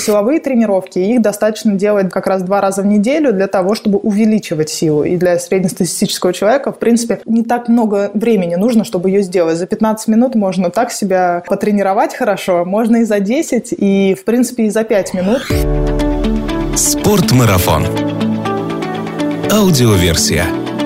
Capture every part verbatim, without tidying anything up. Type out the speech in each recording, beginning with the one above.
силовые тренировки, их достаточно делать как раз два раза в неделю для того, чтобы увеличивать силу. И для среднестатистического человека, в принципе, не так много времени нужно, чтобы ее сделать. За пятнадцать минут можно так себя потренировать хорошо, можно и за десять, и, в принципе, и за пять минут. Спортмарафон. Аудиоверсия.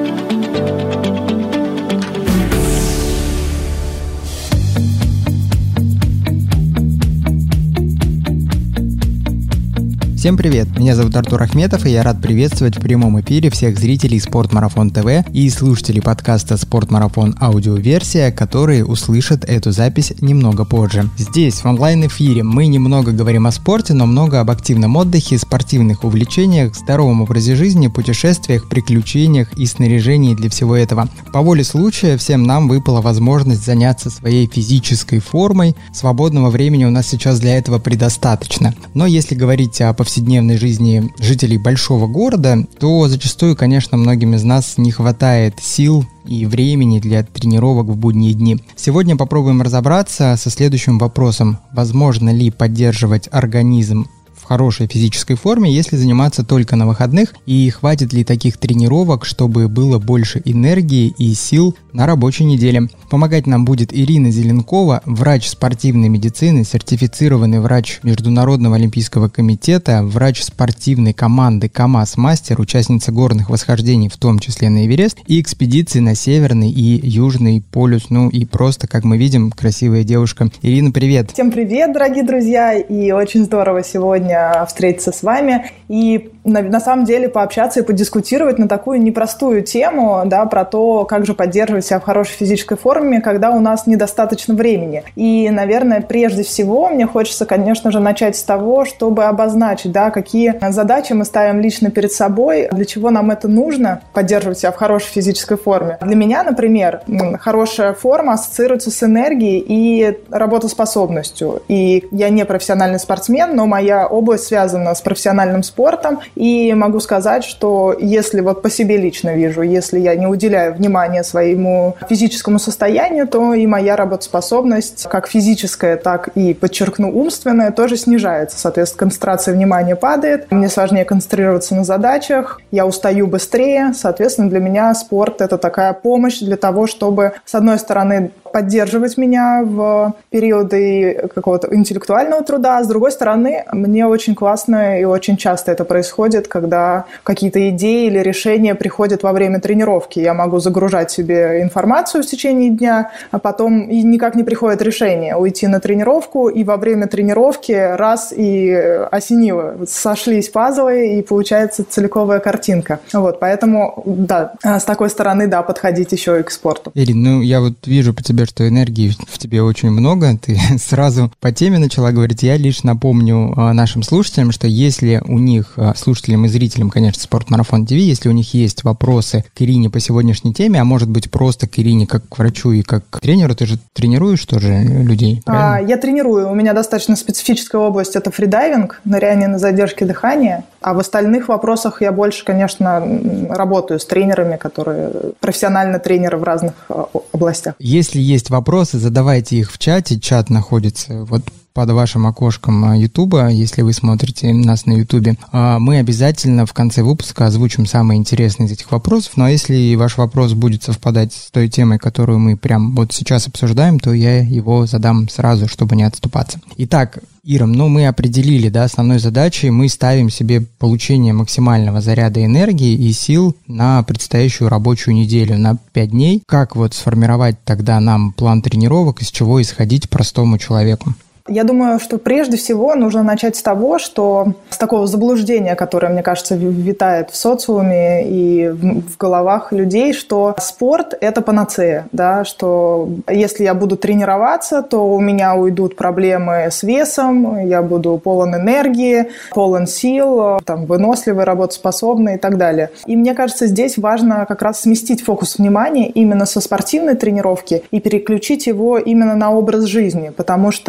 Всем привет! Меня зовут Артур Ахметов, и я рад приветствовать в прямом эфире всех зрителей Спортмарафон ТВ и слушателей подкаста Спортмарафон Аудиоверсия, которые услышат эту запись немного позже. Здесь, в онлайн-эфире, мы немного говорим о спорте, но много об активном отдыхе, спортивных увлечениях, здоровом образе жизни, путешествиях, приключениях и снаряжении для всего этого. По воле случая всем нам выпала возможность заняться своей физической формой. Свободного времени у нас сейчас для этого предостаточно. Но если говорить о повседневной повседневной жизни жителей большого города, то зачастую, конечно, многим из нас не хватает сил и времени для тренировок в будние дни. Сегодня попробуем разобраться со следующим вопросом. Возможно ли поддерживать организм в хорошей физической форме, если заниматься только на выходных, и хватит ли таких тренировок, чтобы было больше энергии и сил на рабочей неделе. Помогать нам будет Ирина Зеленкова, врач спортивной медицины, сертифицированный врач Международного олимпийского комитета, врач спортивной команды КамАЗ-мастер, участница горных восхождений, в том числе на Эверест, и экспедиции на Северный и Южный полюс, ну и просто, как мы видим, красивая девушка. Ирина, привет! Всем привет, дорогие друзья, и очень здорово сегодня встретиться с вами и на, на самом деле пообщаться и подискутировать на такую непростую тему, да, про то, как же поддерживать себя в хорошей физической форме, когда у нас недостаточно времени. И, наверное, прежде всего мне хочется, конечно же, начать с того, чтобы обозначить, да, какие задачи мы ставим лично перед собой, для чего нам это нужно, поддерживать себя в хорошей физической форме. Для меня, например, хорошая форма ассоциируется с энергией и работоспособностью. И я не профессиональный спортсмен, но моя область связана с профессиональным спортом, и могу сказать, что если вот по себе лично вижу, если я не уделяю внимания своему физическому состоянию, то и моя работоспособность, как физическая, так и, подчеркну, умственная, тоже снижается. Соответственно, концентрация внимания падает, мне сложнее концентрироваться на задачах, я устаю быстрее. Соответственно, для меня спорт – это такая помощь для того, чтобы, с одной стороны, поддерживать меня в периоды какого-то интеллектуального труда, а с другой стороны, мне очень классно и очень часто это происходит, когда какие-то идеи или решения приходят во время тренировки. Я могу загружать себе информацию в течение дня, а потом и никак не приходит решение уйти на тренировку, и во время тренировки раз и осенило. Сошлись пазлы, и получается целиковая картинка. Вот, поэтому, да, с такой стороны, да, подходить еще и к спорту. Ирина, ну я вот вижу по тебе, что энергии в тебе очень много, ты сразу по теме начала говорить. Я лишь напомню нашим слушателям, что если у них, слушателям и зрителям, конечно, Спортмарафон ТВ, если у них есть вопросы к Ирине по сегодняшней теме, а может быть просто к Ирине как к врачу и как к тренеру, ты же тренируешь тоже людей, правильно? А, я тренирую. У меня достаточно специфическая область – это фридайвинг, ныряние на задержке дыхания. А в остальных вопросах я больше, конечно, работаю с тренерами, которые профессионально тренеры в разных областях. Если есть вопросы, задавайте их в чате. Чат находится вот под вашим окошком Ютуба, если вы смотрите нас на Ютубе. Мы обязательно в конце выпуска озвучим самые интересные из этих вопросов, но если ваш вопрос будет совпадать с той темой, которую мы прямо вот сейчас обсуждаем, то я его задам сразу, чтобы не отступаться. Итак, Ира, ну мы определили, да, основной задачей, мы ставим себе получение максимального заряда энергии и сил на предстоящую рабочую неделю, на пять дней. Как вот сформировать тогда нам план тренировок, из чего исходить простому человеку? Я думаю, что прежде всего нужно начать с того, что с такого заблуждения, которое, мне кажется, витает в социуме и в головах людей, что спорт – это панацея, да, что если я буду тренироваться, то у меня уйдут проблемы с весом, я буду полон энергии, полон сил, там, выносливый, работоспособный и так далее. И мне кажется, здесь важно как раз сместить фокус внимания именно со спортивной тренировки и переключить его именно на образ жизни, потому что если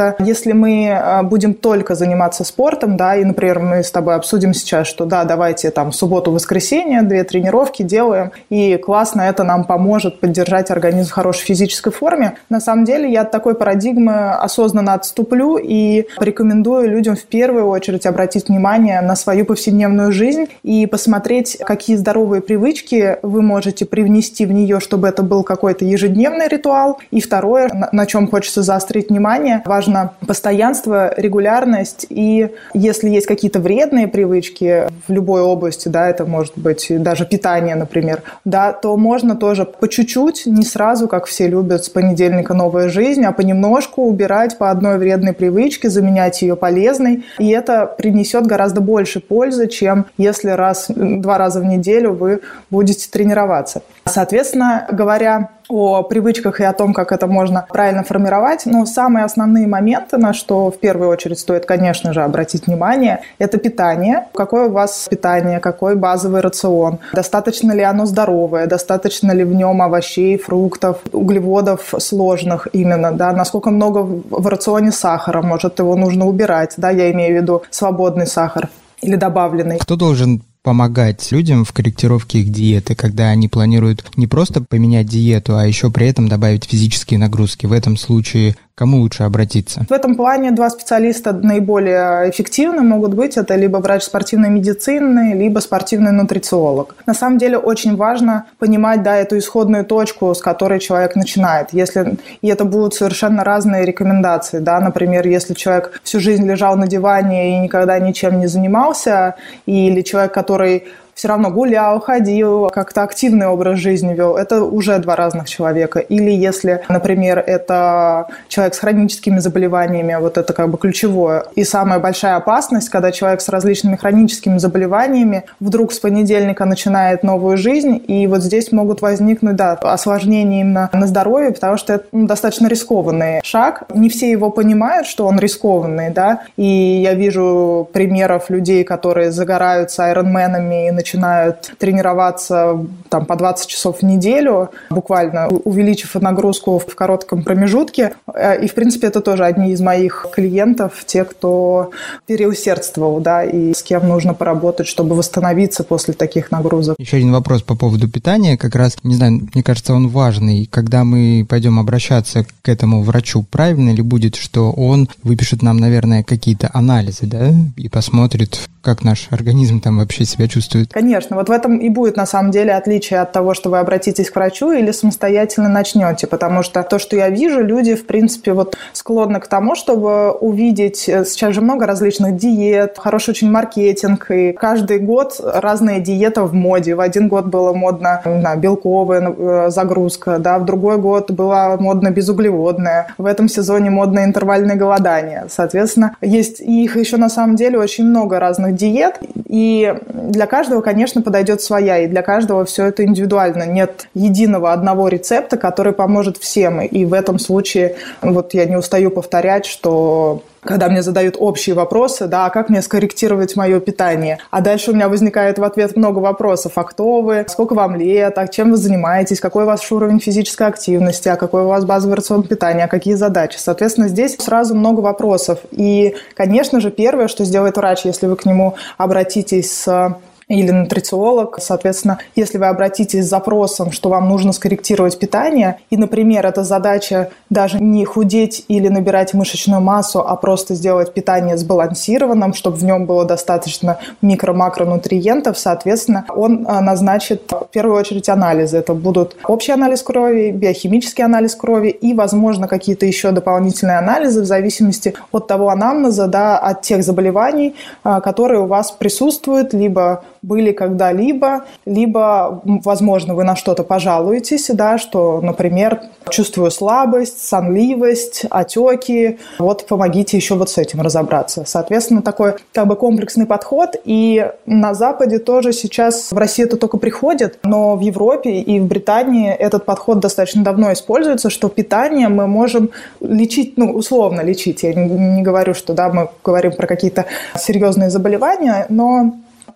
если мы будем только заниматься спортом, да, и, например, мы с тобой обсудим сейчас, что да, давайте там в субботу-воскресенье две тренировки делаем, и классно, это нам поможет поддержать организм в хорошей физической форме. На самом деле я от такой парадигмы осознанно отступлю и порекомендую людям в первую очередь обратить внимание на свою повседневную жизнь и посмотреть, какие здоровые привычки вы можете привнести в нее, чтобы это был какой-то ежедневный ритуал. И второе, на чем хочется заострить внимание, важно постоянство, регулярность. И если есть какие-то вредные привычки в любой области, да, это может быть даже питание, например, да, то можно тоже по чуть-чуть, не сразу, как все любят, с понедельника новая жизнь, а понемножку убирать по одной вредной привычке, заменять ее полезной. И это принесет гораздо больше пользы, чем если раз, два раза в неделю вы будете тренироваться. Соответственно, говоря о привычках и о том, как это можно правильно формировать, но самые основные моменты, на что в первую очередь стоит, конечно же, обратить внимание, это питание. Какое у вас питание, какой базовый рацион, достаточно ли оно здоровое, достаточно ли в нем овощей, фруктов, углеводов сложных именно, да, насколько много в рационе сахара, может, его нужно убирать, да, я имею в виду свободный сахар или добавленный. Кто должен помогать людям в корректировке их диеты, когда они планируют не просто поменять диету, а еще при этом добавить физические нагрузки? В этом случае кому лучше обратиться? В этом плане два специалиста наиболее эффективны могут быть. Это либо врач спортивной медицины, либо спортивный нутрициолог. На самом деле очень важно понимать, да, эту исходную точку, с которой человек начинает. Если, и это будут совершенно разные рекомендации. Да? Например, если человек всю жизнь лежал на диване и никогда ничем не занимался, или человек, который все равно гулял, ходил, как-то активный образ жизни вел, это уже два разных человека. Или если, например, это человек с хроническими заболеваниями, вот это как бы ключевое. И самая большая опасность, когда человек с различными хроническими заболеваниями вдруг с понедельника начинает новую жизнь, и вот здесь могут возникнуть, да, осложнения именно на здоровье, потому что это, ну, достаточно рискованный шаг. Не все его понимают, что он рискованный, да, и я вижу примеров людей, которые загораются айронменами и начинают тренироваться там, по двадцать часов в неделю, буквально увеличив нагрузку в коротком промежутке. И, в принципе, это тоже одни из моих клиентов, те, кто переусердствовал, да, и с кем нужно поработать, чтобы восстановиться после таких нагрузок. Еще один вопрос по поводу питания. Как раз, не знаю, мне кажется, он важный. Когда мы пойдем обращаться к этому врачу, правильно ли будет, что он выпишет нам, наверное, какие-то анализы, да, и посмотрит, как наш организм там вообще себя чувствует? Конечно, вот в этом и будет на самом деле отличие от того, что вы обратитесь к врачу или самостоятельно начнете, потому что то, что я вижу, люди, в принципе, вот склонны к тому, чтобы увидеть, сейчас же много различных диет, хороший очень маркетинг, и каждый год разная диета в моде. В один год было модно, да, белковая загрузка, да, в другой год было модно безуглеводная, в этом сезоне модно интервальное голодание. Соответственно, есть их еще на самом деле очень много разных диет, и для каждого, конечно, подойдет своя, и для каждого все это индивидуально. Нет единого одного рецепта, который поможет всем. И в этом случае, вот я не устаю повторять, что когда мне задают общие вопросы, да, а как мне скорректировать мое питание? А дальше у меня возникает в ответ много вопросов. А кто вы? Сколько вам лет? А чем вы занимаетесь? Какой у вас уровень физической активности? А какой у вас базовый рацион питания? А какие задачи? Соответственно, здесь сразу много вопросов. И, конечно же, первое, что сделает врач, если вы к нему обратитесь с или нутрициолог. Соответственно, если вы обратитесь с запросом, что вам нужно скорректировать питание, и, например, эта задача даже не худеть или набирать мышечную массу, а просто сделать питание сбалансированным, чтобы в нем было достаточно микро-макронутриентов, соответственно, он назначит в первую очередь анализы. Это будут общий анализ крови, биохимический анализ крови и, возможно, какие-то еще дополнительные анализы в зависимости от того анамнеза, да, от тех заболеваний, которые у вас присутствуют, либо были когда-либо, либо, возможно, вы на что-то пожалуетесь, да, что, например, чувствую слабость, сонливость, отеки, вот помогите еще вот с этим разобраться. Соответственно, такой как бы комплексный подход, и на Западе тоже сейчас, в России это только приходит, но в Европе и в Британии этот подход достаточно давно используется, что питание мы можем лечить, ну, условно лечить, я не, не говорю, что, да, мы говорим про какие-то серьезные заболевания, но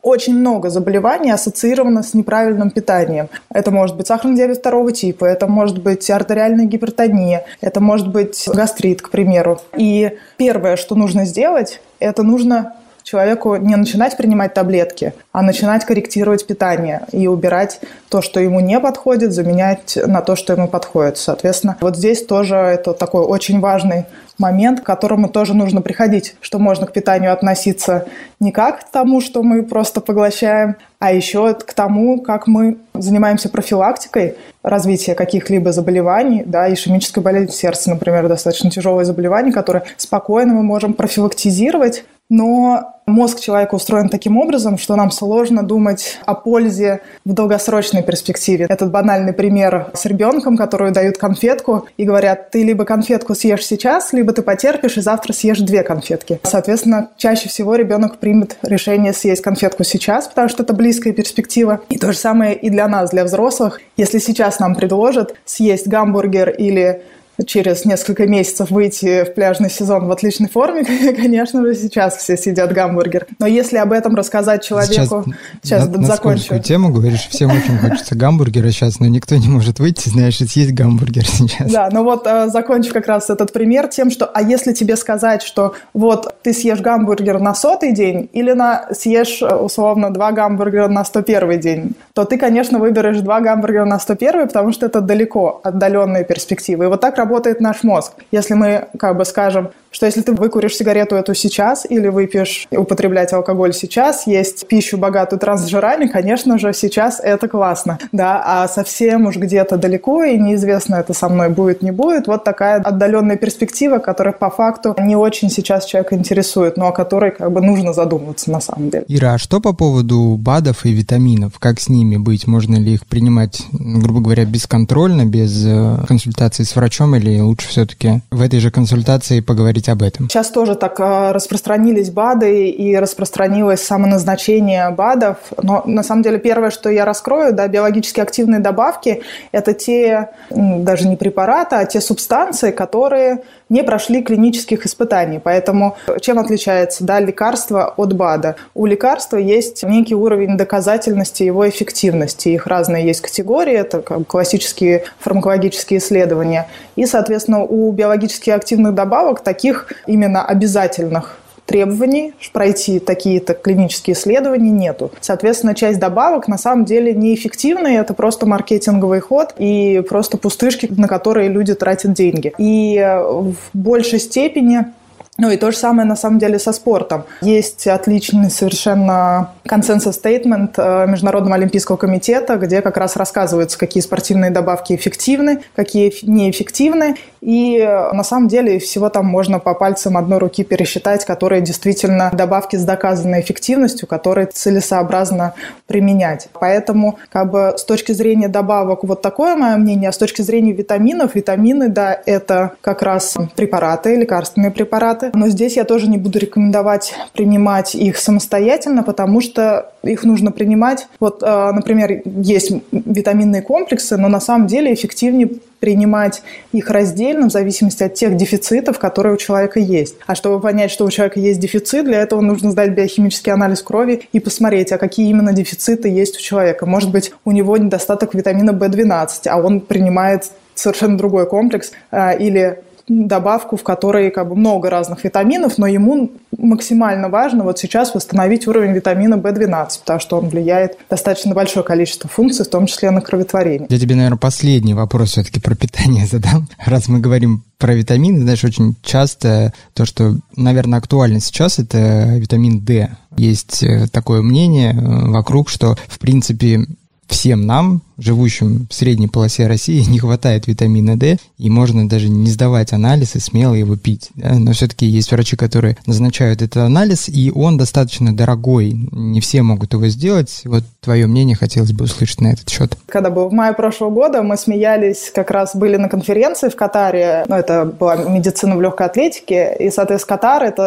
очень много заболеваний ассоциировано с неправильным питанием. Это может быть сахарный диабет второго типа, это может быть артериальная гипертония, это может быть гастрит, к примеру. И первое, что нужно сделать, это нужно человеку не начинать принимать таблетки, а начинать корректировать питание и убирать то, что ему не подходит, заменять на то, что ему подходит. Соответственно, вот здесь тоже это такой очень важный момент, к которому тоже нужно приходить, что можно к питанию относиться не как к тому, что мы просто поглощаем, а еще к тому, как мы занимаемся профилактикой развития каких-либо заболеваний, да, ишемической болезни сердца, например, достаточно тяжелое заболевание, которое спокойно мы можем профилактизировать, но мозг человека устроен таким образом, что нам сложно думать о пользе в долгосрочной перспективе. Этот банальный пример с ребенком, которому дают конфетку и говорят, ты либо конфетку съешь сейчас, либо ты потерпишь и завтра съешь две конфетки. Соответственно, чаще всего ребенок примет решение съесть конфетку сейчас, потому что это близкая перспектива. И то же самое и для нас, для взрослых. Если сейчас нам предложат съесть гамбургер или через несколько месяцев выйти в пляжный сезон в отличной форме, конечно же, сейчас все съедят гамбургер. Но если об этом рассказать человеку... Сейчас, сейчас на, закончу. На скользкую тему говоришь, всем очень хочется гамбургера сейчас, но никто не может выйти, знаешь, и съесть гамбургер сейчас. Да, ну вот закончу как раз этот пример тем, что, а если тебе сказать, что вот ты съешь гамбургер на сотый день или на, съешь, условно, два гамбургера на сто первый день, то ты, конечно, выберешь два гамбургера на сто первый, потому что это далеко, отдаленные перспективы. И вот так работает наш мозг. Если мы как бы скажем, что если ты выкуришь сигарету эту сейчас или выпьешь, употреблять алкоголь сейчас, есть пищу, богатую трансжирами, конечно же, сейчас это классно. Да, а совсем уж где-то далеко, и неизвестно, это со мной будет, не будет, вот такая отдаленная перспектива, которая по факту не очень сейчас человека интересует, но о которой как бы нужно задумываться на самом деле. Ира, а что по поводу БАДов и витаминов? Как с ними быть? Можно ли их принимать, грубо говоря, бесконтрольно, без консультации с врачом, или лучше все-таки в этой же консультации поговорить об этом? Сейчас тоже так распространились БАДы и распространилось самоназначение БАДов, но на самом деле первое, что я раскрою, да, биологически активные добавки – это те, даже не препараты, а те субстанции, которые не прошли клинических испытаний. Поэтому чем отличается, да, лекарство от БАДа? У лекарства есть некий уровень доказательности его эффективности. Их разные есть категории, это классические фармакологические исследования. И, соответственно, у биологически активных добавок таких именно обязательных требований пройти такие-то клинические исследования нету. Соответственно, часть добавок на самом деле неэффективны, это просто маркетинговый ход и просто пустышки, на которые люди тратят деньги. И в большей степени... Ну и то же самое на самом деле со спортом. Есть отличный совершенно консенсус-стейтмент Международного олимпийского комитета, где как раз рассказывается, какие спортивные добавки эффективны, какие неэффективны. И на самом деле всего там можно по пальцам одной руки пересчитать, которые действительно добавки с доказанной эффективностью, которые целесообразно применять. Поэтому как бы с точки зрения добавок вот такое мое мнение, а с точки зрения витаминов, витамины, да, это как раз препараты, лекарственные препараты. Но здесь я тоже не буду рекомендовать принимать их самостоятельно, потому что их нужно принимать. Вот, например, есть витаминные комплексы, но на самом деле эффективнее принимать их раздельно в зависимости от тех дефицитов, которые у человека есть. А чтобы понять, что у человека есть дефицит, для этого нужно сдать биохимический анализ крови и посмотреть, а какие именно дефициты есть у человека. Может быть, у него недостаток витамина бэ двенадцать, а он принимает совершенно другой комплекс или добавку, в которой как бы много разных витаминов, но ему максимально важно вот сейчас восстановить уровень витамина бэ двенадцать, потому что он влияет достаточно большое количество функций, в том числе на кровотворение. Я тебе, наверное, последний вопрос все-таки про питание задам. Раз мы говорим про витамины, знаешь, очень часто то, что, наверное, актуально сейчас, это витамин D. Есть такое мнение вокруг, что, в принципе, всем нам, живущим в средней полосе России, не хватает витамина D, и можно даже не сдавать анализ и смело его пить. Да? Но все-таки есть врачи, которые назначают этот анализ, и он достаточно дорогой. Не все могут его сделать. Вот твое мнение хотелось бы услышать на этот счет. Когда был в мае прошлого года, мы смеялись, как раз были на конференции в Катаре, ну, это была медицина в легкой атлетике, и, соответственно, Катар – это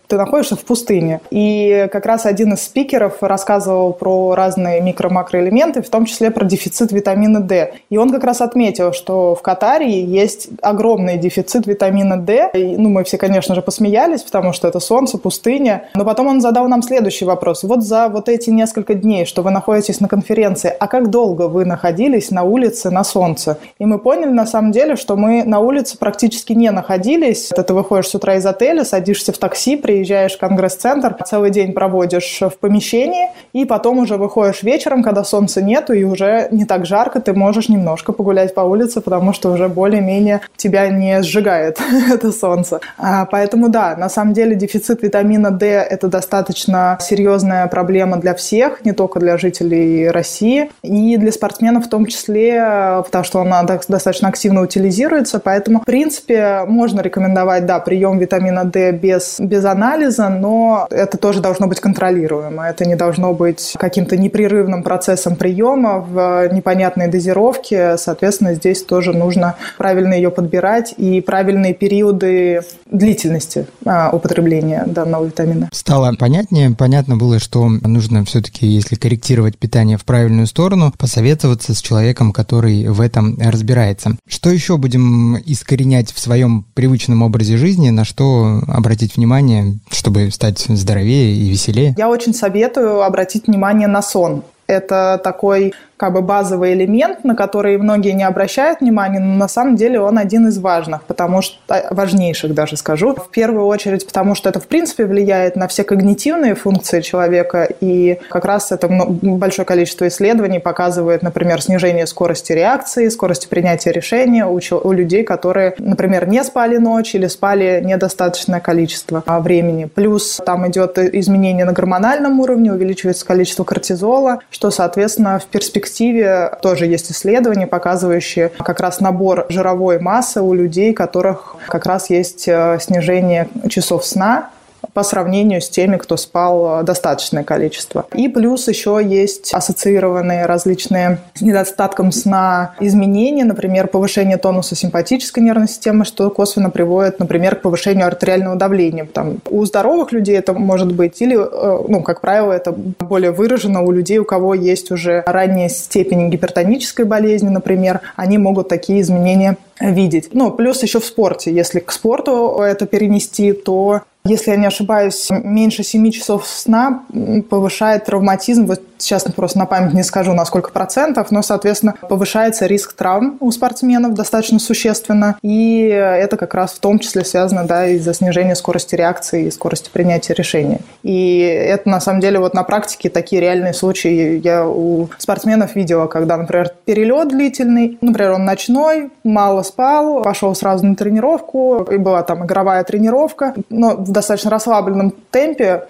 ты находишься в пустыне. И как раз один из спикеров рассказывал про разные микро-макроэлементы, в том числе про дефицит витамина D. И он как раз отметил, что в Катаре есть огромный дефицит витамина D. И, ну, мы все, конечно же, посмеялись, потому что это солнце, пустыня. Но потом он задал нам следующий вопрос. Вот за вот эти несколько дней, что вы находитесь на конференции, а как долго вы находились на улице на солнце? И мы поняли, на самом деле, что мы на улице практически не находились. Это ты выходишь с утра из отеля, садишься в такси, приезжаешь в конгресс-центр, целый день проводишь в помещении, и потом уже выходишь вечером, когда солнца нету, и уже не так жарко, ты можешь немножко погулять по улице, потому что уже более-менее тебя не сжигает это солнце. А, поэтому да, на самом деле дефицит витамина D – это достаточно серьезная проблема для всех, не только для жителей России, и для спортсменов в том числе, потому что она достаточно активно утилизируется, поэтому, в принципе, можно рекомендовать, да, прием витамина D без, без анализа, но это тоже должно быть контролируемо. Это не должно быть каким-то непрерывным процессом приема в непонятной дозировке. Соответственно, здесь тоже нужно правильно ее подбирать и правильные периоды длительности а, употребления данного витамина. Стало понятнее. Понятно было, что нужно все-таки, если корректировать питание в правильную сторону, посоветоваться с человеком, который в этом разбирается. Что еще будем искоренять в своем привычном образе жизни, на что обратить внимание, чтобы стать здоровее и веселее? Я очень советую обратить внимание на сон. Это такой как бы базовый элемент, на который многие не обращают внимания, но на самом деле он один из важных, потому что важнейших даже скажу. В первую очередь, потому что это в принципе влияет на все когнитивные функции человека, и как раз это большое количество исследований показывает, например, снижение скорости реакции, скорости принятия решения у, у людей, которые, например, не спали ночь или спали недостаточное количество времени. Плюс там идет изменение на гормональном уровне, увеличивается количество кортизола, что, соответственно, в перспективе тоже есть исследования, показывающие как раз набор жировой массы у людей, у которых как раз есть снижение часов сна по сравнению с теми, кто спал достаточное количество. И плюс еще есть ассоциированные различные с недостатком сна изменения, например, повышение тонуса симпатической нервной системы, что косвенно приводит, например, к повышению артериального давления. Там, у здоровых людей это может быть, или, ну, как правило, это более выражено у людей, у кого есть уже ранняя степень гипертонической болезни, например, они могут такие изменения видеть. Ну, плюс еще в спорте. Если к спорту это перенести, то, если я не ошибаюсь, меньше семи часов сна повышает травматизм. Вот сейчас просто на память не скажу, на сколько процентов, но, соответственно, повышается риск травм у спортсменов достаточно существенно. И это как раз в том числе связано, да, из-за снижения скорости реакции и скорости принятия решения. И это, на самом деле, вот на практике такие реальные случаи я у спортсменов видела, когда, например, перелет длительный, например, он ночной, мало спал, пошел сразу на тренировку, и была там игровая тренировка, но в достаточно расслабленном темпе,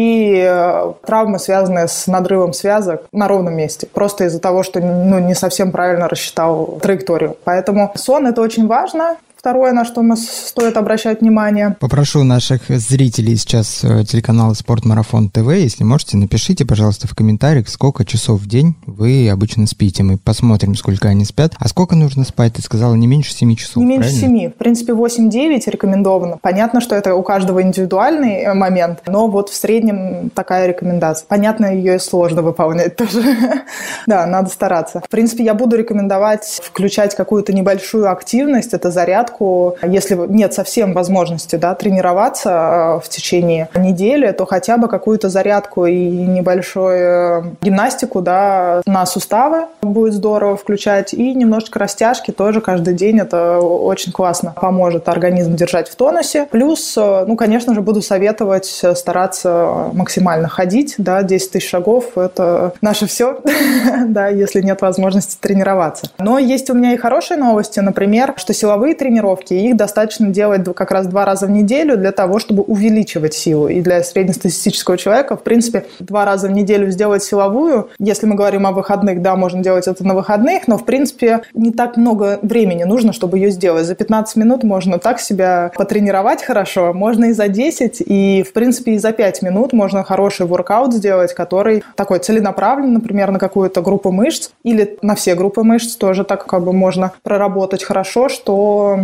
и травмы, связанные с надрывом связок на ровном месте. Просто из-за того, что, ну, не совсем правильно рассчитал траекторию. Поэтому сон – это очень важно. Второе, на что мы стоит обращать внимание. Попрошу наших зрителей сейчас телеканала Спортмарафон ТВ, если можете, напишите, пожалуйста, в комментариях, сколько часов в день вы обычно спите. Мы посмотрим, сколько они спят. А сколько нужно спать? Ты сказала, не меньше семи часов, Не меньше правильно? семи. В принципе, восемь-девять рекомендовано. Понятно, что это у каждого индивидуальный момент, но вот в среднем такая рекомендация. Понятно, ее сложно выполнять тоже. Да, надо стараться. В принципе, я буду рекомендовать включать какую-то небольшую активность, это зарядку. Если нет совсем возможности, да, тренироваться в течение недели, то хотя бы какую-то зарядку и небольшую гимнастику, да, на суставы будет здорово включать. И немножечко растяжки тоже каждый день. Это очень классно поможет организм держать в тонусе. Плюс, ну, конечно же, буду советовать стараться максимально ходить. Да, десять тысяч шагов – это наше все, да, если нет возможности тренироваться. Но есть у меня и хорошие новости. Например, что силовые тренировки, их достаточно делать как раз два раза в неделю для того, чтобы увеличивать силу. И для среднестатистического человека, в принципе, два раза в неделю сделать силовую, если мы говорим о выходных, да, можно делать это на выходных, но, в принципе, не так много времени нужно, чтобы ее сделать. За пятнадцать минут можно так себя потренировать хорошо, можно и за десять, и, в принципе, и за пять минут можно хороший воркаут сделать, который такой целенаправленный, например, на какую-то группу мышц или на все группы мышц тоже так как бы можно проработать хорошо, что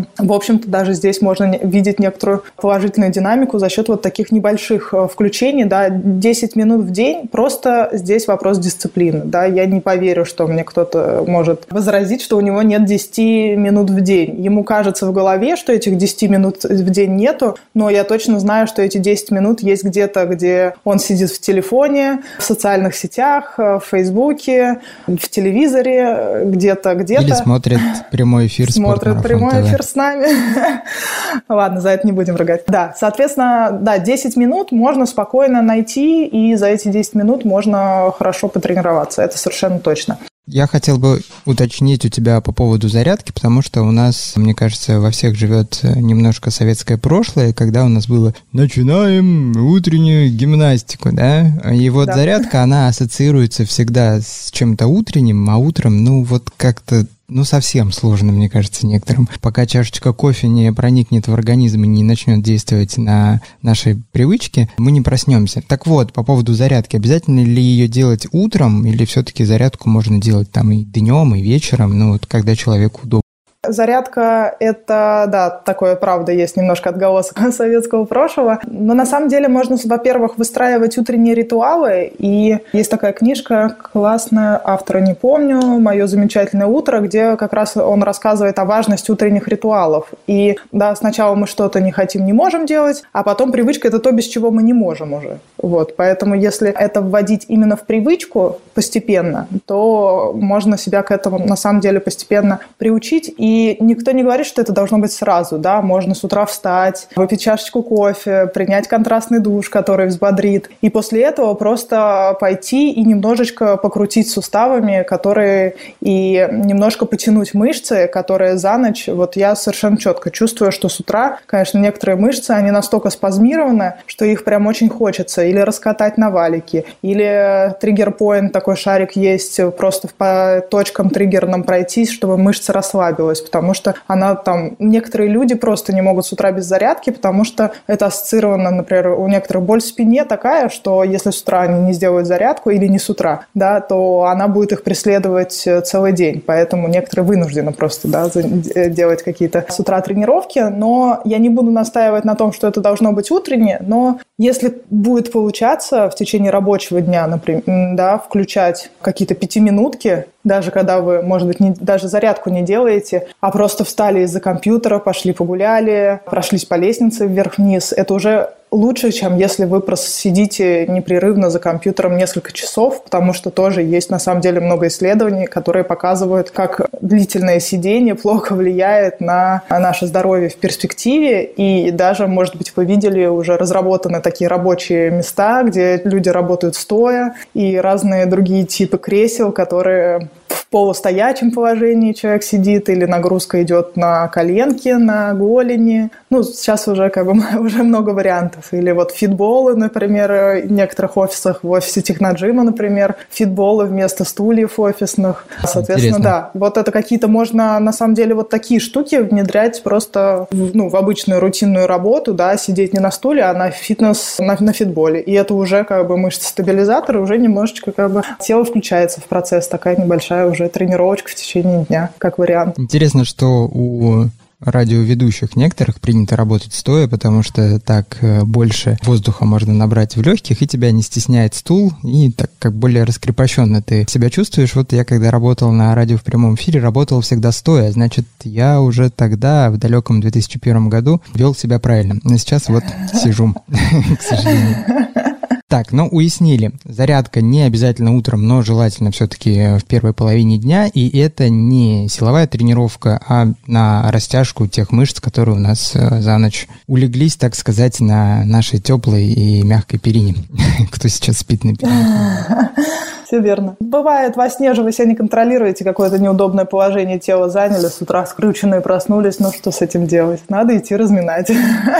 в общем-то, даже здесь можно видеть некоторую положительную динамику за счет вот таких небольших включений, да, десять минут в день, просто здесь вопрос дисциплины, да, я не поверю, что мне кто-то может возразить, что у него нет десяти минут в день. Ему кажется в голове, что этих десяти минут в день нету, но я точно знаю, что эти десять минут есть где-то, где он сидит в телефоне, в социальных сетях, в Фейсбуке, в телевизоре, где-то, где-то. Или смотрит прямой эфир Смотрит прямой эфир с нами. Ладно, за это не будем ругать. Да, соответственно, да, десять минут можно спокойно найти, и за эти десять минут можно хорошо потренироваться. Это совершенно точно. Я хотел бы уточнить у тебя по поводу зарядки, потому что у нас, мне кажется, во всех живет немножко советское прошлое, когда у нас было «начинаем утреннюю гимнастику», да? И вот да. зарядка, она ассоциируется всегда с чем-то утренним, а утром, ну, вот как-то Ну, совсем сложно, мне кажется, некоторым. Пока чашечка кофе не проникнет в организм и не начнет действовать на наши привычки, мы не проснемся. Так вот, по поводу зарядки. Обязательно ли ее делать утром, или все-таки зарядку можно делать там и днем, и вечером, ну, вот когда человеку удобно? Зарядка – это, да, такое, правда, есть немножко отголосок советского прошлого. Но на самом деле можно, во-первых, выстраивать утренние ритуалы. И есть такая книжка классная, автора не помню, «Мое замечательное утро», где как раз он рассказывает о важности утренних ритуалов. И, да, сначала мы что-то не хотим, не можем делать, а потом привычка – это то, без чего мы не можем уже. Вот. Поэтому если это вводить именно в привычку постепенно, то можно себя к этому, на самом деле, постепенно приучить. И И никто не говорит, что это должно быть сразу, да, можно с утра встать, выпить чашечку кофе, принять контрастный душ, который взбодрит, и после этого просто пойти и немножечко покрутить суставами, которые, и немножко потянуть мышцы, которые за ночь, вот я совершенно четко чувствую, что с утра, конечно, некоторые мышцы, они настолько спазмированы, что их прям очень хочется или раскатать на валики, или триггер-поинт, такой шарик есть, просто по точкам триггерным пройтись, чтобы мышца расслабилась, потому что она там... Некоторые люди просто не могут с утра без зарядки, потому что это ассоциировано, например, у некоторых боль в спине такая, что если с утра они не сделают зарядку или не с утра, да, то она будет их преследовать целый день. Поэтому некоторые вынуждены просто, да, делать какие-то с утра тренировки. Но я не буду настаивать на том, что это должно быть утреннее, но если будет получаться в течение рабочего дня, например, да, включать какие-то пятиминутки, даже когда вы, может быть, не, даже зарядку не делаете, а просто встали из-за компьютера, пошли погуляли, прошлись по лестнице вверх-вниз, это уже лучше, чем если вы просто сидите непрерывно за компьютером несколько часов, потому что тоже есть на самом деле много исследований, которые показывают, как длительное сидение плохо влияет на наше здоровье в перспективе. И даже, может быть, вы видели, уже разработаны такие рабочие места, где люди работают стоя, и разные другие типы кресел, которые в полустоячем положении человек сидит, или нагрузка идет на коленки, на голени. Ну, сейчас уже как бы уже много вариантов. Или вот фитболы, например, в некоторых офисах, в офисе Техноджима, например, фитболы вместо стульев офисных. Соответственно, интересно. Да, вот это какие-то можно, на самом деле, вот такие штуки внедрять просто в, ну, в обычную рутинную работу, да, сидеть не на стуле, а на фитнес, на, на фитболе. И это уже как бы мышцы-стабилизаторы, уже немножечко как бы тело включается в процесс, такая небольшая уже тренировочка в течение дня, как вариант. Интересно, что у радиоведущих некоторых принято работать стоя, потому что так больше воздуха можно набрать в легких, и тебя не стесняет стул, и так как более раскрепощенно ты себя чувствуешь. Вот я, когда работал на радио в прямом эфире, работал всегда стоя, значит, я уже тогда, в далеком две тысячи первом году, вел себя правильно. А сейчас вот сижу, к сожалению. Так, ну, уяснили. Зарядка не обязательно утром, но желательно все-таки в первой половине дня. И это не силовая тренировка, а на растяжку тех мышц, которые у нас за ночь улеглись, так сказать, на нашей теплой и мягкой перине. Кто сейчас спит на перине? Все верно. Бывает, во сне же вы себя не контролируете, какое-то неудобное положение тела заняли, с утра скрученные проснулись, ну что с этим делать? Надо идти разминать.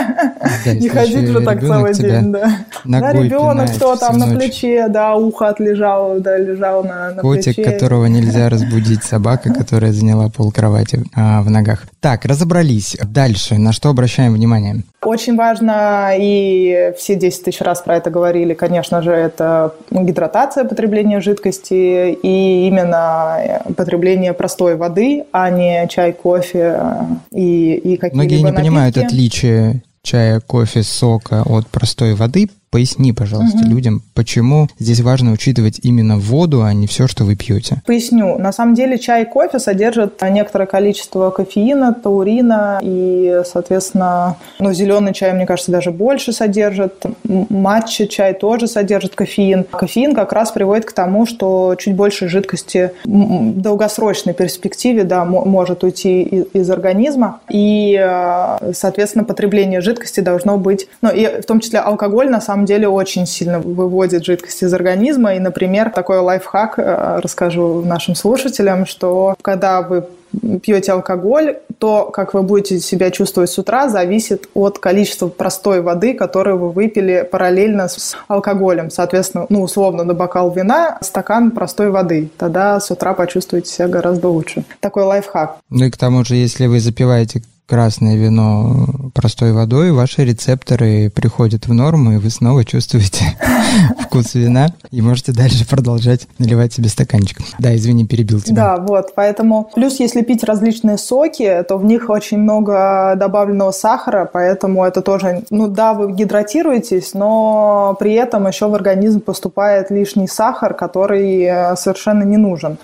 Да, не ходить же так целый день, да. Да, ребенок, кто там на плече, да, ухо отлежало, да, лежал на, на Котик, плече. Которого нельзя разбудить, собака, которая заняла полкровати а, в ногах. Так, разобрались. Дальше, на что обращаем внимание? Очень важно, и все десять тысяч раз про это говорили, конечно же, это гидратация, потребление жидкости и именно потребление простой воды, а не чай, кофе и, и какие-либо Многие не напитки. понимают отличие чая, кофе, сока от простой воды. Поясни, пожалуйста, угу. людям, почему здесь важно учитывать именно воду, а не все, что вы пьете. Поясню. На самом деле чай и кофе содержат некоторое количество кофеина, таурина и, соответственно, ну, зеленый чай, мне кажется, даже больше содержит. Матча чай тоже содержит кофеин. Кофеин как раз приводит к тому, что чуть больше жидкости в долгосрочной перспективе, да, может уйти из организма. И, соответственно, потребление жидкости должно быть, ну, и в том числе алкоголь, на самом деле очень сильно выводит жидкость из организма. И, например, такой лайфхак расскажу нашим слушателям, что когда вы пьете алкоголь, то, как вы будете себя чувствовать с утра, зависит от количества простой воды, которую вы выпили параллельно с алкоголем. Соответственно, ну, условно, на бокал вина стакан простой воды. Тогда с утра почувствуете себя гораздо лучше. Такой лайфхак. Ну и к тому же, если вы запиваете красное вино простой водой, ваши рецепторы приходят в норму, и вы снова чувствуете вкус вина, и можете дальше продолжать наливать себе стаканчик. Да, извини, перебил тебя. Да, вот, поэтому... Плюс, если пить различные соки, то в них очень много добавленного сахара, поэтому это тоже... Ну да, вы гидратируетесь, но при этом еще в организм поступает лишний сахар, который совершенно не нужен.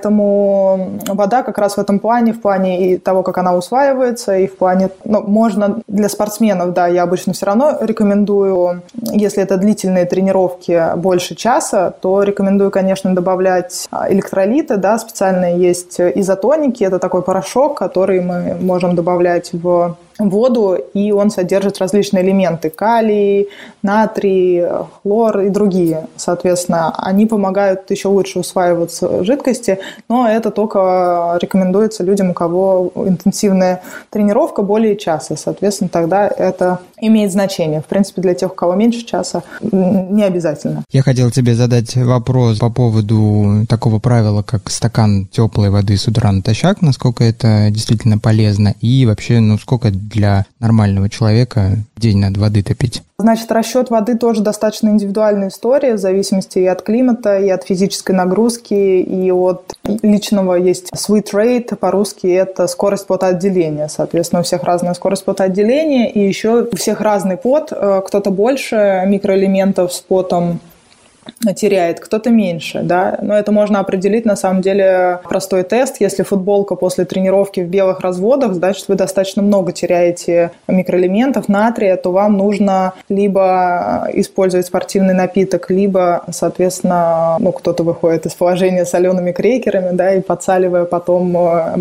Поэтому вода как раз в этом плане, в плане и того, как она усваивается, и в плане, ну, можно для спортсменов, да, я обычно все равно рекомендую, если это длительные тренировки больше часа, то рекомендую, конечно, добавлять электролиты, да, специальные есть изотоники, это такой порошок, который мы можем добавлять в воду, и он содержит различные элементы: калий, натрий, хлор и другие. Соответственно, они помогают еще лучше усваиваться жидкости, но это только рекомендуется людям, у кого интенсивная тренировка более часа. Соответственно, тогда это имеет значение. В принципе, для тех, у кого меньше часа, не обязательно. Я хотел тебе задать вопрос по поводу такого правила, как стакан теплой воды с утра натощак, насколько это действительно полезно, и вообще, ну, сколько для нормального человека в день надо воды-то пить? Значит, расчет воды тоже достаточно индивидуальная история, в зависимости и от климата, и от физической нагрузки, и от личного. Есть sweat rate, по-русски это скорость потоотделения. Соответственно, у всех разная скорость потоотделения, и еще у всех разный пот. Кто-то больше микроэлементов с потом теряет, кто-то меньше, да, но это можно определить, на самом деле, простой тест. Если футболка после тренировки в белых разводах, значит, вы достаточно много теряете микроэлементов, натрия, то вам нужно либо использовать спортивный напиток, либо, соответственно, ну, кто-то выходит из положения с солеными крекерами, да, и подсаливая потом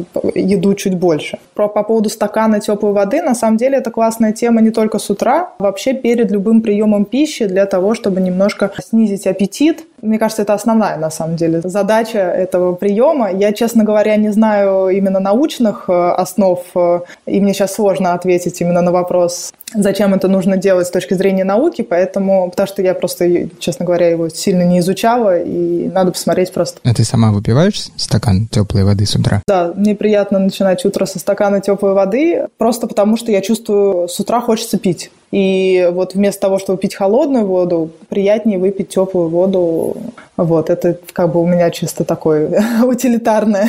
еду чуть больше. Про, по поводу стакана теплой воды, на самом деле, это классная тема не только с утра, вообще перед любым приемом пищи для того, чтобы немножко снизить аппетит. Мне кажется, это основная, на самом деле, задача этого приема. Я, честно говоря, не знаю именно научных основ, и мне сейчас сложно ответить именно на вопрос, зачем это нужно делать с точки зрения науки, поэтому, потому что я просто, честно говоря, его сильно не изучала, и надо посмотреть просто. А ты сама выпиваешь стакан теплой воды с утра? Да, мне приятно начинать утро со стакана теплой воды, просто потому что я чувствую, с утра хочется пить. И вот вместо того, чтобы пить холодную воду, приятнее выпить теплую воду. Вот, это как бы у меня чисто такое утилитарное.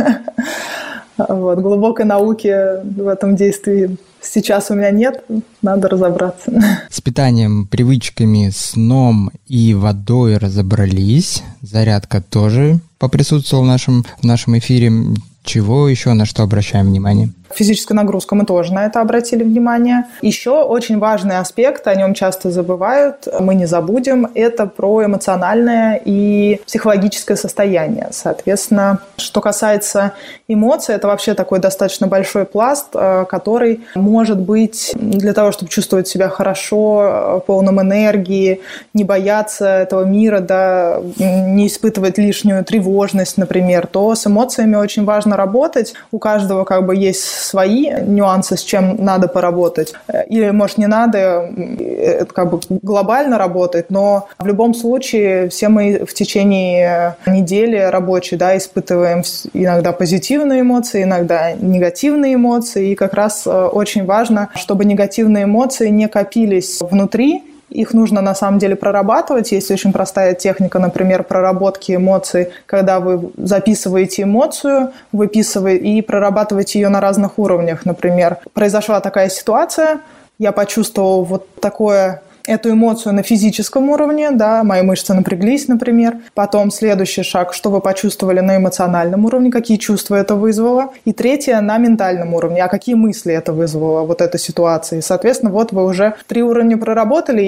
Вот, глубокой науки в этом действии сейчас у меня нет, надо разобраться. С питанием, привычками, сном и водой разобрались. Зарядка тоже поприсутствовала в нашем, в нашем эфире. Чего еще, на что обращаем внимание? Физическая нагрузка, мы тоже на это обратили внимание. Еще очень важный аспект, о нем часто забывают, мы не забудем, это про эмоциональное и психологическое состояние. Соответственно, что касается эмоций, это вообще такой достаточно большой пласт, который может быть для того, чтобы чувствовать себя хорошо, полным энергии, не бояться этого мира, да, не испытывать лишнюю тревожность, например, то с эмоциями очень важно работать. У каждого как бы есть свои нюансы, с чем надо поработать. Или, может, не надо как бы глобально работать, но в любом случае все мы в течение недели рабочей, да, испытываем иногда позитивные эмоции, иногда негативные эмоции. И как раз очень важно, чтобы негативные эмоции не копились внутри. Их нужно на самом деле прорабатывать. Есть очень простая техника, например, проработки эмоций, когда вы записываете эмоцию, выписываете и прорабатываете ее на разных уровнях. Например, произошла такая ситуация, я почувствовал вот такое... эту эмоцию на физическом уровне, да, мои мышцы напряглись, например. Потом следующий шаг, что вы почувствовали на эмоциональном уровне, какие чувства это вызвало. И третье, на ментальном уровне, а какие мысли это вызвало, вот эта ситуация. И, соответственно, вот вы уже три уровня проработали,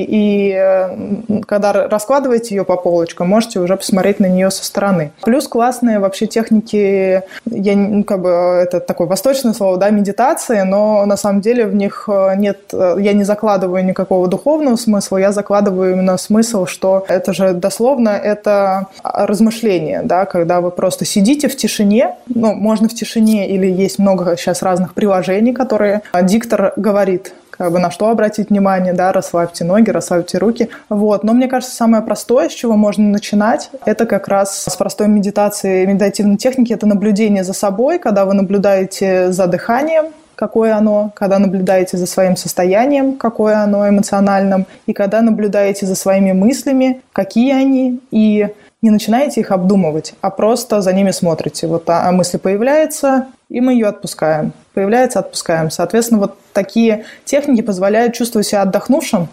и когда раскладываете ее по полочкам, можете уже посмотреть на нее со стороны. Плюс классные вообще техники, я, ну, как бы, это такое восточное слово, да, медитации, но на самом деле в них нет, я не закладываю никакого духовного смысл, я закладываю именно смысл, что это же дословно это размышление, да, когда вы просто сидите в тишине, ну, можно в тишине, или есть много сейчас разных приложений, которые диктор говорит, как бы на что обратить внимание, да, расслабьте ноги, расслабьте руки. Вот. Но мне кажется, самое простое, с чего можно начинать, это как раз с простой медитации, медитативной техники, это наблюдение за собой, когда вы наблюдаете за дыханием, какое оно, когда наблюдаете за своим состоянием, какое оно эмоциональным, и когда наблюдаете за своими мыслями, какие они, и не начинаете их обдумывать, а просто за ними смотрите. Вот а мысль появляется, и мы ее отпускаем. Появляется, отпускаем. Соответственно, вот такие техники позволяют чувствовать себя отдохнувшим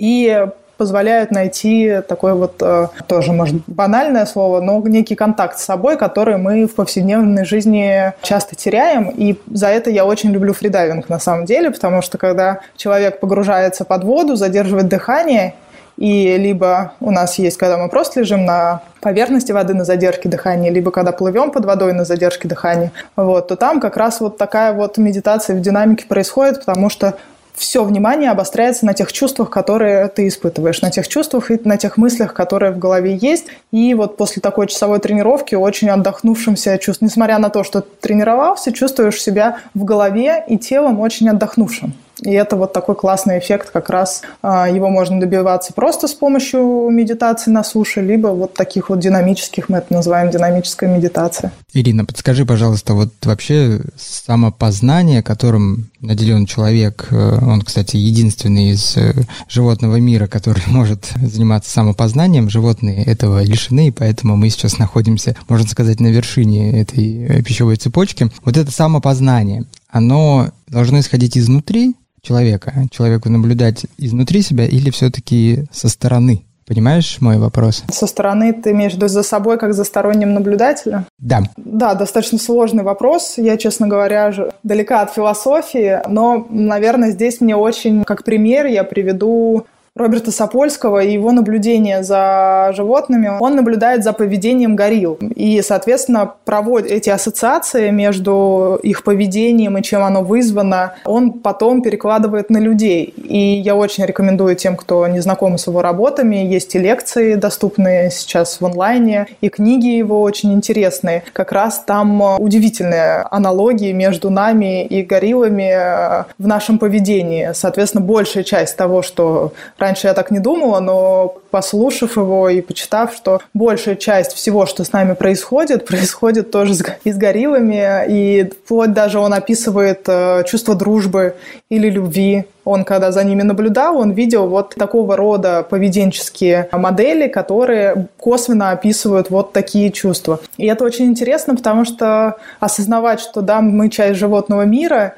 и позволяют найти такое вот, э, тоже, может, банальное слово, но некий контакт с собой, который мы в повседневной жизни часто теряем. И за это я очень люблю фридайвинг на самом деле, потому что когда человек погружается под воду, задерживает дыхание, и либо у нас есть, когда мы просто лежим на поверхности воды на задержке дыхания, либо когда плывем под водой на задержке дыхания, вот, то там как раз вот такая вот медитация в динамике происходит, потому что все внимание обостряется на тех чувствах, которые ты испытываешь, на тех чувствах и на тех мыслях, которые в голове есть. И вот после такой часовой тренировки очень отдохнувшимся чувств, несмотря на то, что тренировался, чувствуешь себя в голове и телом очень отдохнувшим. И это вот такой классный эффект, как раз его можно добиваться просто с помощью медитации на суше, либо вот таких вот динамических, мы это называем динамическая медитация. Ирина, подскажи, пожалуйста, вот вообще самопознание, которым наделен человек, он, кстати, единственный из животного мира, который может заниматься самопознанием, животные этого лишены, и поэтому мы сейчас находимся, можно сказать, на вершине этой пищевой цепочки. Вот это самопознание, оно должно исходить изнутри человека, человеку наблюдать изнутри себя или все-таки со стороны? Понимаешь мой вопрос? Со стороны ты имеешь в виду за собой, как за сторонним наблюдателем? Да. Да, достаточно сложный вопрос. Я, честно говоря, далека от философии, но, наверное, здесь мне очень, как пример, я приведу Роберта Сапольского и его наблюдения за животными. Он наблюдает за поведением горилл и, соответственно, проводит эти ассоциации между их поведением и чем оно вызвано, он потом перекладывает на людей. И я очень рекомендую тем, кто не знаком с его работами. Есть и лекции, доступные сейчас в онлайне, и книги его очень интересные. Как раз там удивительные аналогии между нами и гориллами в нашем поведении. Соответственно, большая часть того, что раньше я так не думала, но послушав его и почитав, что большая часть всего, что с нами происходит, происходит тоже и с гориллами, и вплоть даже он описывает чувство дружбы или любви. Он, когда за ними наблюдал, он видел вот такого рода поведенческие модели, которые косвенно описывают вот такие чувства. И это очень интересно, потому что осознавать, что да, мы часть животного мира,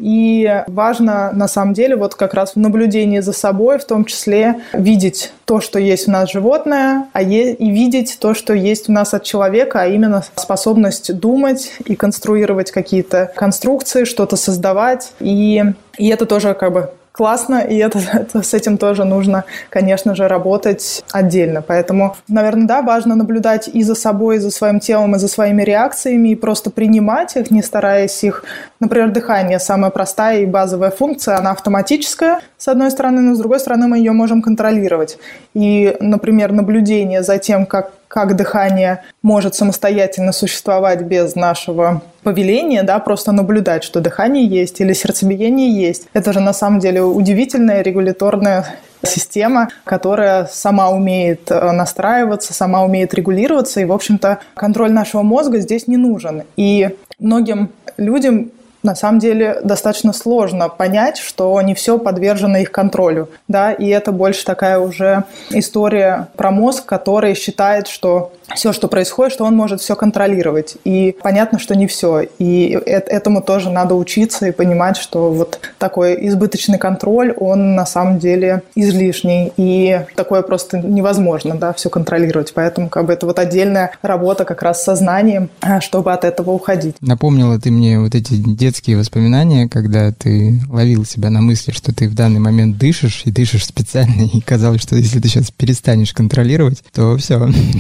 и важно, на самом деле, вот как раз в наблюдении за собой, в том числе, видеть то, что есть у нас животное, а е- и видеть то, что есть у нас от человека, а именно способность думать и конструировать какие-то конструкции, что-то создавать. И, и это тоже как бы классно, и это, это, с этим тоже нужно, конечно же, работать отдельно. Поэтому, наверное, да, важно наблюдать и за собой, и за своим телом, и за своими реакциями, и просто принимать их, не стараясь их... Например, дыхание – самая простая и базовая функция, она автоматическая, с одной стороны, но с другой стороны мы ее можем контролировать. И, например, наблюдение за тем, как как дыхание может самостоятельно существовать без нашего повеления, да, просто наблюдать, что дыхание есть или сердцебиение есть. Это же на самом деле удивительная регуляторная система, которая сама умеет настраиваться, сама умеет регулироваться, и, в общем-то, контроль нашего мозга здесь не нужен. И многим людям на самом деле достаточно сложно понять, что не все подвержено их контролю, да, и это больше такая уже история про мозг, который считает, что все, что происходит, что он может все контролировать. И понятно, что не все. И этому тоже надо учиться и понимать, что вот такой избыточный контроль, он на самом деле излишний. И такое просто невозможно, да, все контролировать. Поэтому как бы это вот отдельная работа как раз с сознанием, чтобы от этого уходить. Напомнила ты мне вот эти детские воспоминания, когда ты ловил себя на мысли, что ты в данный момент дышишь, и дышишь специально, и казалось, что если ты сейчас перестанешь контролировать, то все.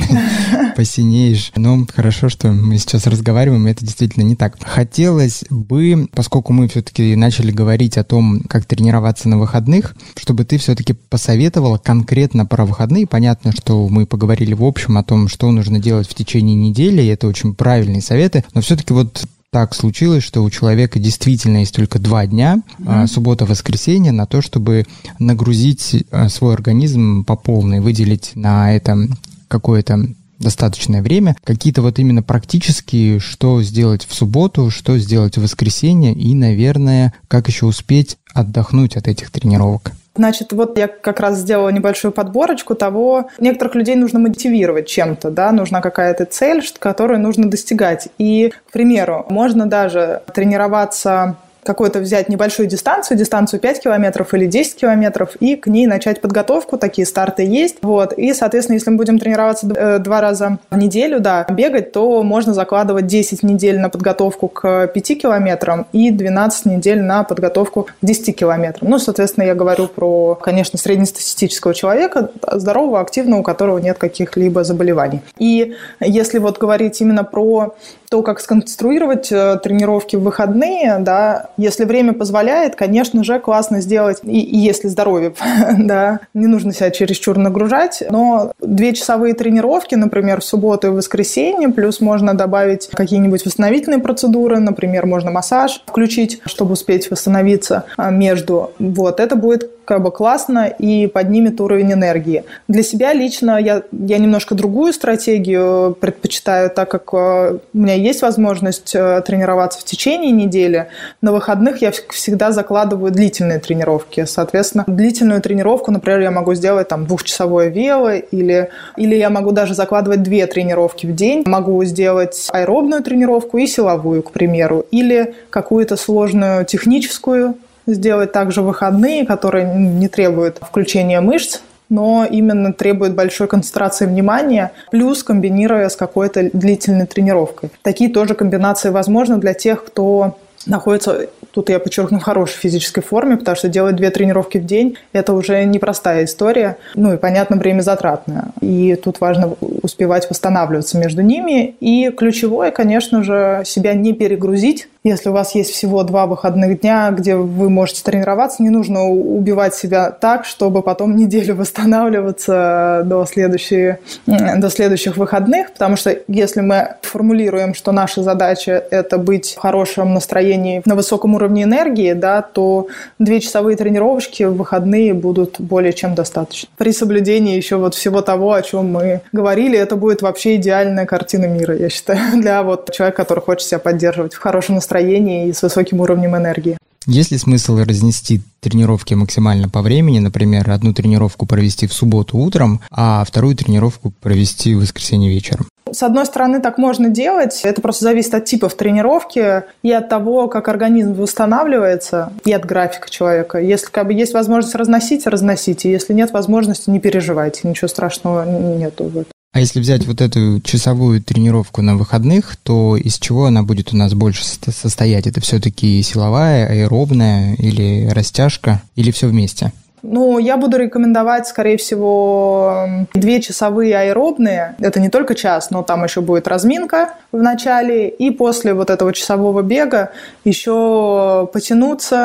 Посинеешь. Но хорошо, что мы сейчас разговариваем, и это действительно не так. Хотелось бы, поскольку мы все-таки начали говорить о том, как тренироваться на выходных, чтобы ты все-таки посоветовала конкретно про выходные. Понятно, что мы поговорили в общем о том, что нужно делать в течение недели, и это очень правильные советы, но все-таки вот так случилось, что у человека действительно есть только два дня, mm-hmm. суббота-воскресенье, на то, чтобы нагрузить свой организм по полной, выделить на это какое-то достаточное время. Какие-то вот именно практические, что сделать в субботу, что сделать в воскресенье и, наверное, как еще успеть отдохнуть от этих тренировок. Значит, вот я как раз сделала небольшую подборочку того, некоторых людей нужно мотивировать чем-то, да, нужна какая-то цель, которую нужно достигать. И, к примеру, можно даже тренироваться, какую-то взять небольшую дистанцию, дистанцию пять километров или десять километров, и к ней начать подготовку, такие старты есть. Вот. И, соответственно, если мы будем тренироваться два раза в неделю, да, бегать, то можно закладывать десять недель на подготовку к пяти километрам и двенадцать недель на подготовку к десяти километрам. Ну, соответственно, я говорю про, конечно, среднестатистического человека, здорового, активного, у которого нет каких-либо заболеваний. И если вот говорить именно про то, как сконструировать тренировки в выходные, да, если время позволяет, конечно же, классно сделать, и, и если здоровье, да, не нужно себя чересчур нагружать, но две часовые тренировки, например, в субботу и в воскресенье, плюс можно добавить какие-нибудь восстановительные процедуры, например, можно массаж включить, чтобы успеть восстановиться между. Вот, это будет как бы классно и поднимет уровень энергии. Для себя лично я, я немножко другую стратегию предпочитаю, так как у меня есть возможность тренироваться в течение недели. На выходных я всегда закладываю длительные тренировки. Соответственно, длительную тренировку, например, я могу сделать там двухчасовое вело, или, или я могу даже закладывать две тренировки в день. Могу сделать аэробную тренировку и силовую, к примеру, или какую-то сложную техническую сделать также в выходные, которые не требуют включения мышц, но именно требует большой концентрации внимания, плюс комбинируя с какой-то длительной тренировкой. Такие тоже комбинации возможны для тех, кто находится, тут я подчеркну, в хорошей физической форме, потому что делать две тренировки в день – это уже непростая история, ну и, понятно, время затратное. И тут важно успевать восстанавливаться между ними. И ключевое, конечно же, себя не перегрузить. Если у вас есть всего два выходных дня, где вы можете тренироваться, не нужно убивать себя так, чтобы потом неделю восстанавливаться до, следующей, до следующих выходных, потому что если мы формулируем, что наша задача – это быть в хорошем настроении, на высоком уровне энергии, да, то две часовые тренировочки в выходные будут более чем достаточно. При соблюдении еще вот всего того, о чем мы говорили, это будет вообще идеальная картина мира, я считаю, для вот человека, который хочет себя поддерживать в хорошем настроении и с высоким уровнем энергии. Есть ли смысл разнести тренировки максимально по времени, например, одну тренировку провести в субботу утром, а вторую тренировку провести в воскресенье вечером? С одной стороны, так можно делать. Это просто зависит от типов тренировки и от того, как организм восстанавливается, и от графика человека. Если как бы есть возможность разносить, разносите. Если нет возможности, не переживайте. Ничего страшного нету. А если взять вот эту часовую тренировку на выходных, то из чего она будет у нас больше состоять? Это все-таки силовая, аэробная или растяжка, или все вместе? Ну, я буду рекомендовать, скорее всего, две часовые аэробные. Это не только час, но там еще будет разминка в начале. И после вот этого часового бега еще потянуться,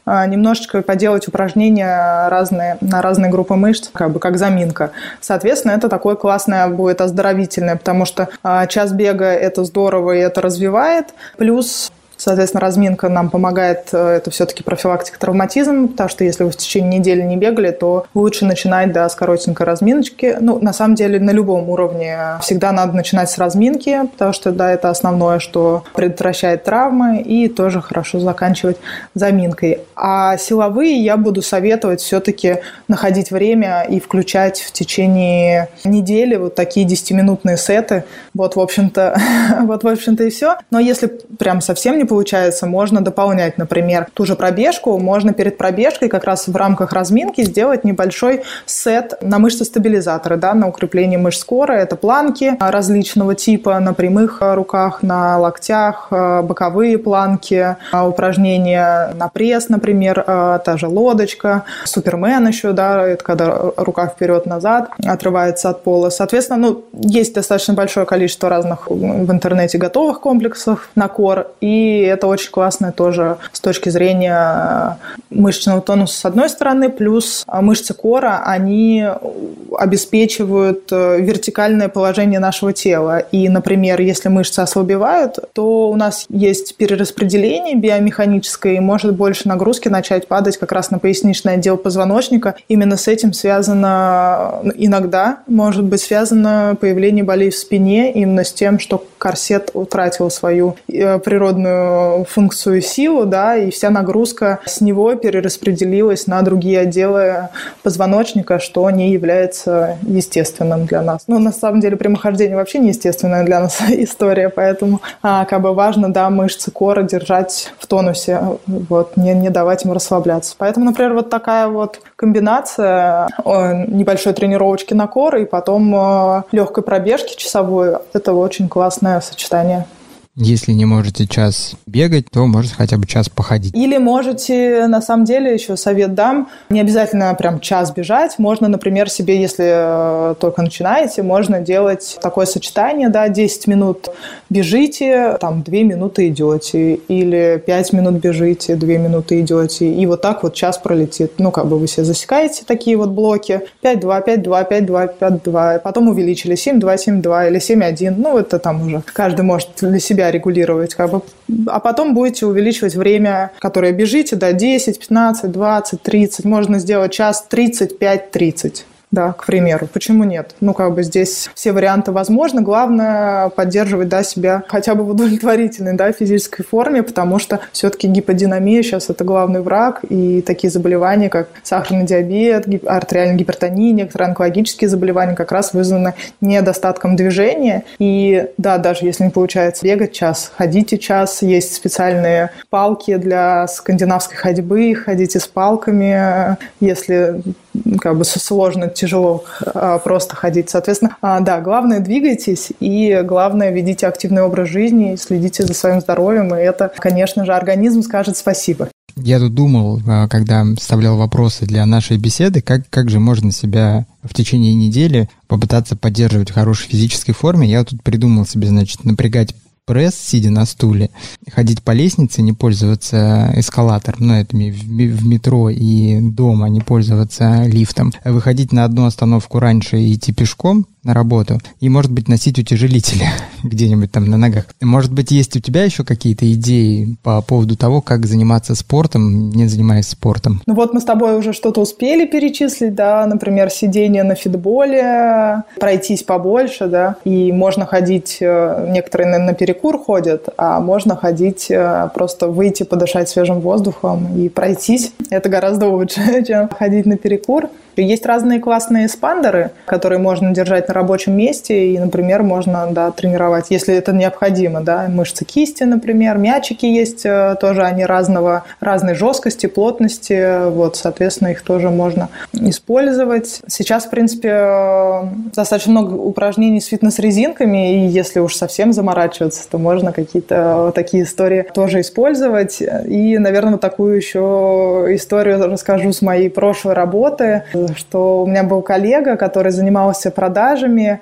немножечко поделать упражнения разные, на разные группы мышц, как бы как заминка. Соответственно, это такое классное будет оздоровительное, потому что час бега – это здорово и это развивает. Плюс, соответственно, разминка нам помогает, это все-таки профилактика травматизма, потому что если вы в течение недели не бегали, то лучше начинать, да, с коротенькой разминочки. Ну, на самом деле, на любом уровне всегда надо начинать с разминки, потому что, да, это основное, что предотвращает травмы, и тоже хорошо заканчивать заминкой. А силовые я буду советовать все-таки находить время и включать в течение недели вот такие десятиминутные сеты. Вот, в общем-то, вот, в общем-то, и все. Но если прям совсем не получается, можно дополнять, например, ту же пробежку. Можно перед пробежкой как раз в рамках разминки сделать небольшой сет на мышцы-стабилизаторы, да, на укрепление мышц кора. Это планки различного типа на прямых руках, на локтях, боковые планки, упражнения на пресс, например, та же лодочка, супермен еще, да, это когда рука вперед-назад отрывается от пола. Соответственно, ну, есть достаточно большое количество разных в интернете готовых комплексов на кор, и это очень классно тоже с точки зрения мышечного тонуса с одной стороны, плюс мышцы кора, они обеспечивают вертикальное положение нашего тела. И, например, если мышцы ослабевают, то у нас есть перераспределение биомеханическое, и может больше нагрузки начать падать как раз на поясничный отдел позвоночника. Именно с этим связано иногда, может быть, связано появление болей в спине, именно с тем, что корсет утратил свою природную функцию и силу, да, и вся нагрузка с него перераспределилась на другие отделы позвоночника, что не является естественным для нас. Ну, на самом деле, прямохождение вообще не естественная для нас история, поэтому а, как бы важно, да, мышцы кора держать в тонусе, вот, не, не давать им расслабляться. Поэтому, например, вот такая вот комбинация о, небольшой тренировочки на кор и потом о, легкой пробежки часовой, это очень классное сочетание. Если не можете час бегать, то можете хотя бы час походить. Или можете, на самом деле, еще совет дам, не обязательно прям час бежать. Можно, например, себе, если только начинаете, можно делать такое сочетание, да, десять минут бежите, там две минуты идете, или пять минут бежите, две минуты идете, и вот так вот час пролетит. Ну, как бы вы себе засекаете такие вот блоки, пять-два, пять-два, пять-два, пять-два, потом увеличили семь-два, семь-два или семь-один, ну, это там уже каждый может для себя регулировать, как бы. А потом будете увеличивать время, которое бежите, до десять, пятнадцать, двадцать, тридцать. Можно сделать час тридцать пять тридцать. Да, к примеру. Почему нет? Ну, как бы здесь все варианты возможны. Главное поддерживать, да, себя хотя бы в удовлетворительной, да, физической форме, потому что все-таки гиподинамия сейчас это главный враг, и такие заболевания, как сахарный диабет, артериальная гипертония, некоторые онкологические заболевания как раз вызваны недостатком движения. И да, даже если не получается бегать час, ходите час. Есть специальные палки для скандинавской ходьбы, ходите с палками, если как бы сложно, тяжело просто ходить. Соответственно, да, главное двигайтесь, и главное ведите активный образ жизни, следите за своим здоровьем, и это, конечно же, организм скажет спасибо. Я тут думал, когда составлял вопросы для нашей беседы, как, как же можно себя в течение недели попытаться поддерживать в хорошей физической форме. Я тут придумал себе, значит, напрягать пресс, сидя на стуле, ходить по лестнице, не пользоваться эскалатором, ну, это в метро и дома, не пользоваться лифтом, выходить на одну остановку раньше и идти пешком на работу, и, может быть, носить утяжелители где-нибудь там на ногах. Может быть, есть у тебя еще какие-то идеи по поводу того, как заниматься спортом, не занимаясь спортом? Ну вот мы с тобой уже что-то успели перечислить, да, например, сидение на фитболе, пройтись побольше, да, и можно ходить, некоторые на перекур ходят, а можно ходить, просто выйти, подышать свежим воздухом и пройтись. Это гораздо лучше, чем ходить на перекур. Есть разные классные спандеры, которые можно держать на рабочем месте, и, например, можно, да, тренировать, если это необходимо, да, мышцы кисти, например, мячики есть тоже, они разного, разной жесткости, плотности, вот, соответственно, их тоже можно использовать. Сейчас, в принципе, достаточно много упражнений с фитнес-резинками, и если уж совсем заморачиваться, то можно какие-то вот такие истории тоже использовать. И, наверное, вот такую еще историю расскажу с моей прошлой работы, что у меня был коллега, который занимался продажей продажами.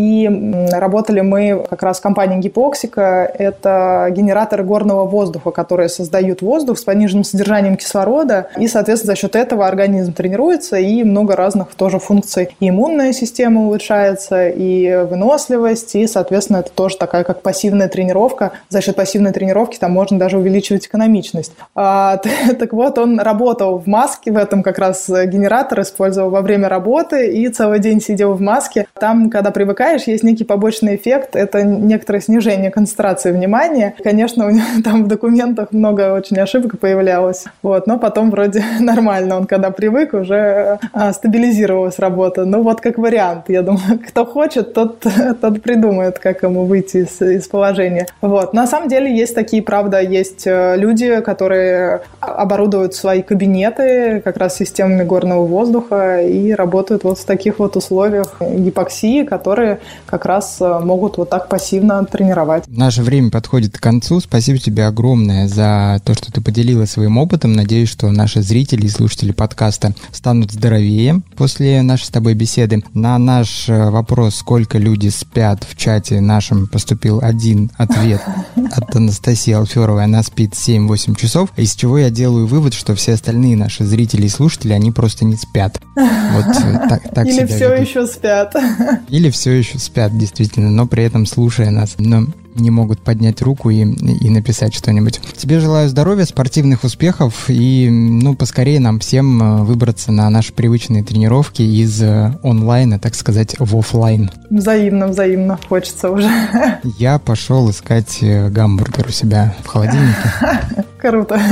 И работали мы как раз в компании Гипоксика. Это генераторы горного воздуха, которые создают воздух с пониженным содержанием кислорода. И, соответственно, за счет этого организм тренируется, и много разных тоже функций. И иммунная система улучшается, и выносливость, и, соответственно, это тоже такая как пассивная тренировка. За счет пассивной тренировки там можно даже увеличивать экономичность. А, так вот, он работал в маске, в этом как раз генератор использовал во время работы, и целый день сидел в маске. Там, когда привыкаешь, есть некий побочный эффект, это некоторое снижение концентрации внимания. Конечно, у него там в документах много очень ошибок появлялось, вот, но потом вроде нормально, он когда привык, уже а, стабилизировалась работа. Ну вот как вариант, я думаю, кто хочет, тот, тот придумает, как ему выйти из, из положения. Вот. На самом деле есть такие, правда, есть люди, которые оборудуют свои кабинеты как раз системами горного воздуха и работают вот в таких вот условиях гипоксии, которые как раз могут вот так пассивно тренировать. Наше время подходит к концу. Спасибо тебе огромное за то, что ты поделилась своим опытом. Надеюсь, что наши зрители и слушатели подкаста станут здоровее после нашей с тобой беседы. На наш вопрос, сколько люди спят, в чате нашем поступил один ответ от Анастасии Алферовой. Она спит семь-восемь часов, из чего я делаю вывод, что все остальные наши зрители и слушатели, они просто не спят. Вот так, так Или все ведут. еще спят. Или все еще спят, действительно, но при этом слушая нас. Но не могут поднять руку и, и написать что-нибудь. Тебе желаю здоровья, спортивных успехов и, ну, поскорее нам всем выбраться на наши привычные тренировки из онлайна, так сказать, в офлайн. Взаимно, взаимно. Хочется уже. Я пошел искать гамбургер у себя в холодильнике. Круто.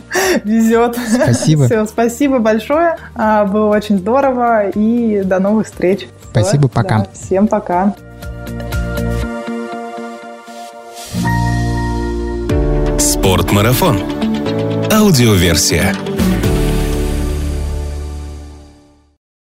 Везет. Спасибо. Все, спасибо большое. Было очень здорово. И до новых встреч. Спасибо, пока. Да, всем пока. Спортмарафон. Аудиоверсия.